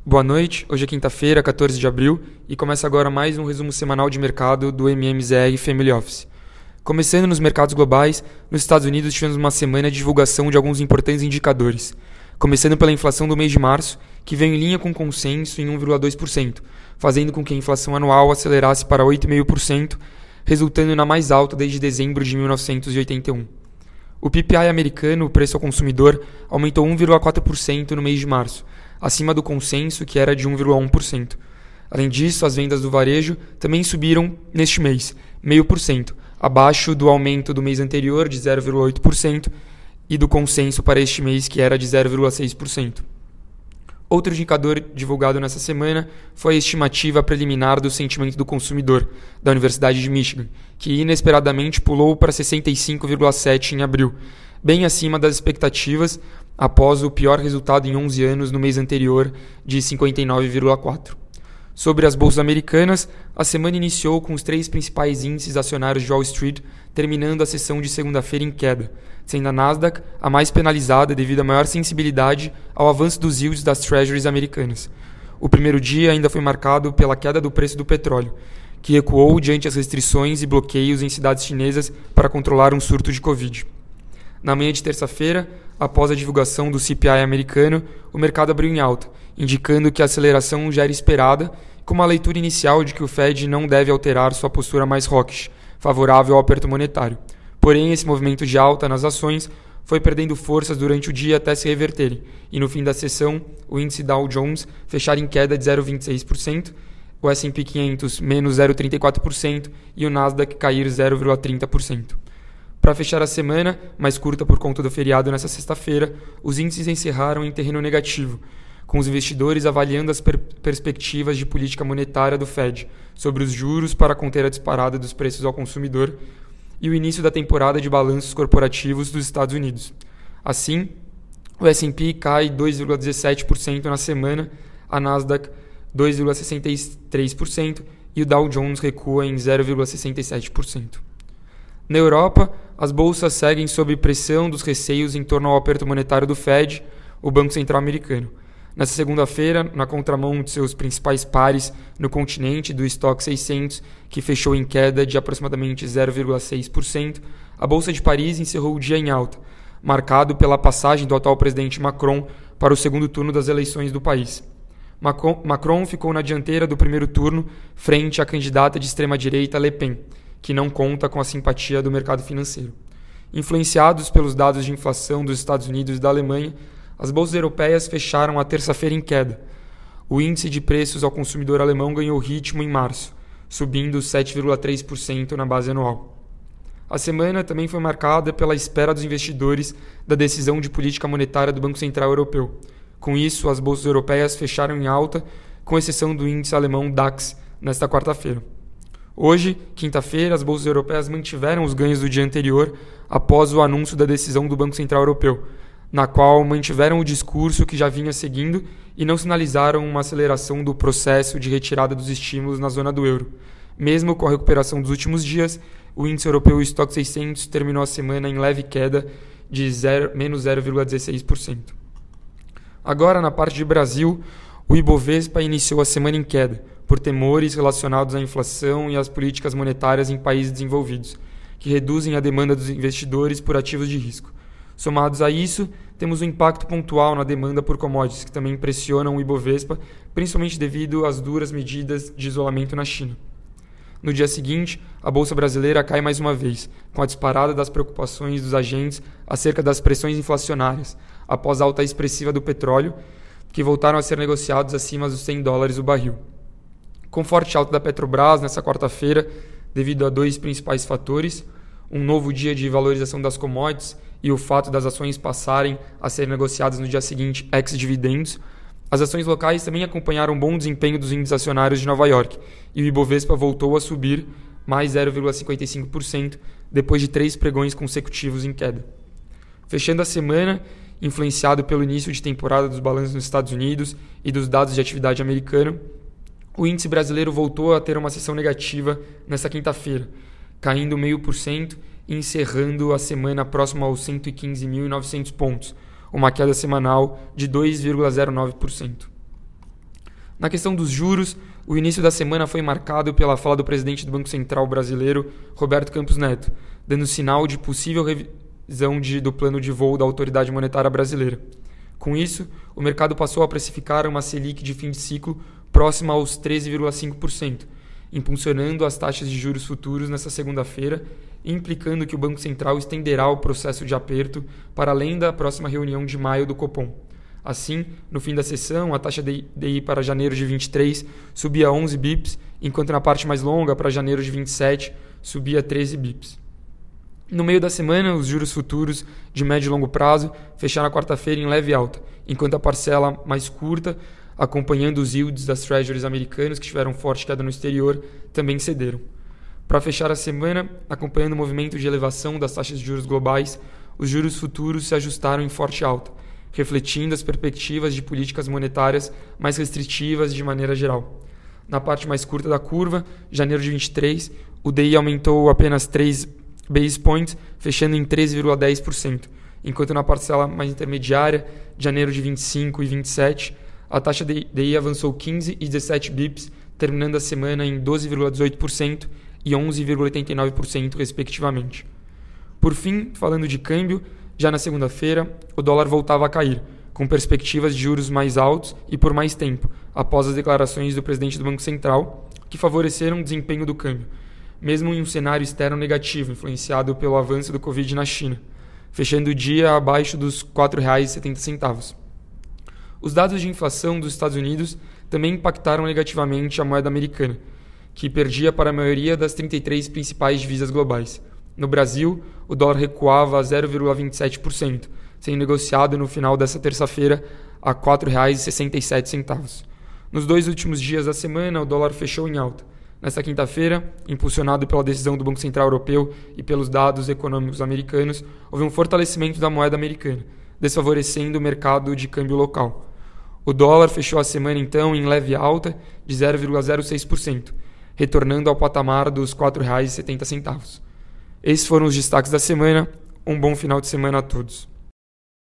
Boa noite, hoje é quinta-feira, 14 de abril, e começa agora mais um resumo semanal de mercado do MMZR Family Office. Começando nos mercados globais, nos Estados Unidos tivemos uma semana de divulgação de alguns importantes indicadores. Começando pela inflação do mês de março, que veio em linha com consenso em 1,2%, fazendo com que a inflação anual acelerasse para 8,5%, resultando na mais alta desde dezembro de 1981. O PPI americano, o preço ao consumidor, aumentou 1,4% no mês de março, acima do consenso, que era de 1,1%. Além disso, as vendas do varejo também subiram neste mês, 0,5%, abaixo do aumento do mês anterior, de 0,8%, e do consenso para este mês, que era de 0,6%. Outro indicador divulgado nessa semana foi a estimativa preliminar do sentimento do consumidor, da Universidade de Michigan, que inesperadamente pulou para 65,7 em abril, bem acima das expectativas, após o pior resultado em 11 anos no mês anterior, de 59,4. Sobre as bolsas americanas, a semana iniciou com os 3 principais índices acionários de Wall Street terminando a sessão de segunda-feira em queda, sendo a Nasdaq a mais penalizada devido à maior sensibilidade ao avanço dos yields das treasuries americanas. O primeiro dia ainda foi marcado pela queda do preço do petróleo, que recuou diante as restrições e bloqueios em cidades chinesas para controlar um surto de Covid. Na manhã de terça-feira, após a divulgação do CPI americano, o mercado abriu em alta, indicando que a aceleração já era esperada, com uma leitura inicial de que o Fed não deve alterar sua postura mais hawkish, favorável ao aperto monetário. Porém, esse movimento de alta nas ações foi perdendo forças durante o dia até se reverterem, e no fim da sessão, o índice Dow Jones fechar em queda de 0,26%, o S&P 500 menos 0,34% e o Nasdaq cair 0,30%. Para fechar a semana, mais curta por conta do feriado nesta sexta-feira, os índices encerraram em terreno negativo, com os investidores avaliando as perspectivas de política monetária do Fed sobre os juros para conter a disparada dos preços ao consumidor e o início da temporada de balanços corporativos dos Estados Unidos. Assim, o S&P cai 2,17% na semana, a Nasdaq 2,63% e o Dow Jones recua em 0,67%. Na Europa, as bolsas seguem sob pressão dos receios em torno ao aperto monetário do Fed, o Banco Central americano. Nessa segunda-feira, na contramão de seus principais pares no continente do estoque 600, que fechou em queda de aproximadamente 0,6%, a Bolsa de Paris encerrou o dia em alta, marcado pela passagem do atual presidente Macron para o segundo turno das eleições do país. Macron ficou na dianteira do primeiro turno frente à candidata de extrema-direita Le Pen, que não conta com a simpatia do mercado financeiro. Influenciados pelos dados de inflação dos Estados Unidos e da Alemanha, as bolsas europeias fecharam a terça-feira em queda. O índice de preços ao consumidor alemão ganhou ritmo em março, subindo 7,3% na base anual. A semana também foi marcada pela espera dos investidores da decisão de política monetária do Banco Central Europeu. Com isso, as bolsas europeias fecharam em alta, com exceção do índice alemão DAX, nesta quarta-feira. Hoje, quinta-feira, as bolsas europeias mantiveram os ganhos do dia anterior após o anúncio da decisão do Banco Central Europeu, na qual mantiveram o discurso que já vinha seguindo e não sinalizaram uma aceleração do processo de retirada dos estímulos na zona do euro. Mesmo com a recuperação dos últimos dias, o índice europeu Stock 600 terminou a semana em leve queda de menos 0,16%. Agora, na parte de Brasil, o Ibovespa iniciou a semana em queda, por temores relacionados à inflação e às políticas monetárias em países desenvolvidos, que reduzem a demanda dos investidores por ativos de risco. Somados a isso, temos um impacto pontual na demanda por commodities, que também pressionam o Ibovespa, principalmente devido às duras medidas de isolamento na China. No dia seguinte, a Bolsa Brasileira cai mais uma vez, com a disparada das preocupações dos agentes acerca das pressões inflacionárias, após a alta expressiva do petróleo, que voltaram a ser negociados acima dos $100 o barril. Com forte alta da Petrobras nessa quarta-feira, devido a 2 principais fatores, um novo dia de valorização das commodities e o fato das ações passarem a ser negociadas no dia seguinte ex-dividendos, as ações locais também acompanharam um bom desempenho dos índices acionários de Nova York, e o Ibovespa voltou a subir mais 0,55% depois de 3 pregões consecutivos em queda. Fechando a semana, influenciado pelo início de temporada dos balanços nos Estados Unidos e dos dados de atividade americana, o índice brasileiro voltou a ter uma sessão negativa nesta quinta-feira, caindo 0,5% e encerrando a semana próxima aos 115.900 pontos, uma queda semanal de 2,09%. Na questão dos juros, o início da semana foi marcado pela fala do presidente do Banco Central brasileiro, Roberto Campos Neto, dando sinal de possível revisão do plano de voo da autoridade monetária brasileira. Com isso, o mercado passou a precificar uma Selic de fim de ciclo próxima aos 13,5%, impulsionando as taxas de juros futuros nesta segunda-feira, implicando que o Banco Central estenderá o processo de aperto para além da próxima reunião de maio do Copom. Assim, no fim da sessão, a taxa DI para janeiro de 23 subia 11 bips, enquanto na parte mais longa, para janeiro de 27, subia 13 bips. No meio da semana, os juros futuros de médio e longo prazo fecharam a quarta-feira em leve alta, enquanto a parcela mais curta, acompanhando os yields das treasuries americanas, que tiveram forte queda no exterior, também cederam. Para fechar a semana, acompanhando o movimento de elevação das taxas de juros globais, os juros futuros se ajustaram em forte alta, refletindo as perspectivas de políticas monetárias mais restritivas de maneira geral. Na parte mais curta da curva, janeiro de 23, o DI aumentou apenas 3 basis points, fechando em 13,10%, enquanto na parcela mais intermediária, janeiro de 25 e 27, a taxa DI avançou 15 e 17 bips, terminando a semana em 12,18% e 11,89%, respectivamente. Por fim, falando de câmbio, já na segunda-feira, o dólar voltava a cair, com perspectivas de juros mais altos e por mais tempo, após as declarações do presidente do Banco Central, que favoreceram o desempenho do câmbio, mesmo em um cenário externo negativo, influenciado pelo avanço do Covid na China, fechando o dia abaixo dos R$ 4,70. Os dados de inflação dos Estados Unidos também impactaram negativamente a moeda americana, que perdia para a maioria das 33 principais divisas globais. No Brasil, o dólar recuava a 0,27%, sendo negociado no final desta terça-feira a R$ 4,67. Nos 2 últimos dias da semana, o dólar fechou em alta. Nesta quinta-feira, impulsionado pela decisão do Banco Central Europeu e pelos dados econômicos americanos, houve um fortalecimento da moeda americana, desfavorecendo o mercado de câmbio local. O dólar fechou a semana, então, em leve alta de 0,06%, retornando ao patamar dos R$ 4,70. Esses foram os destaques da semana. Um bom final de semana a todos.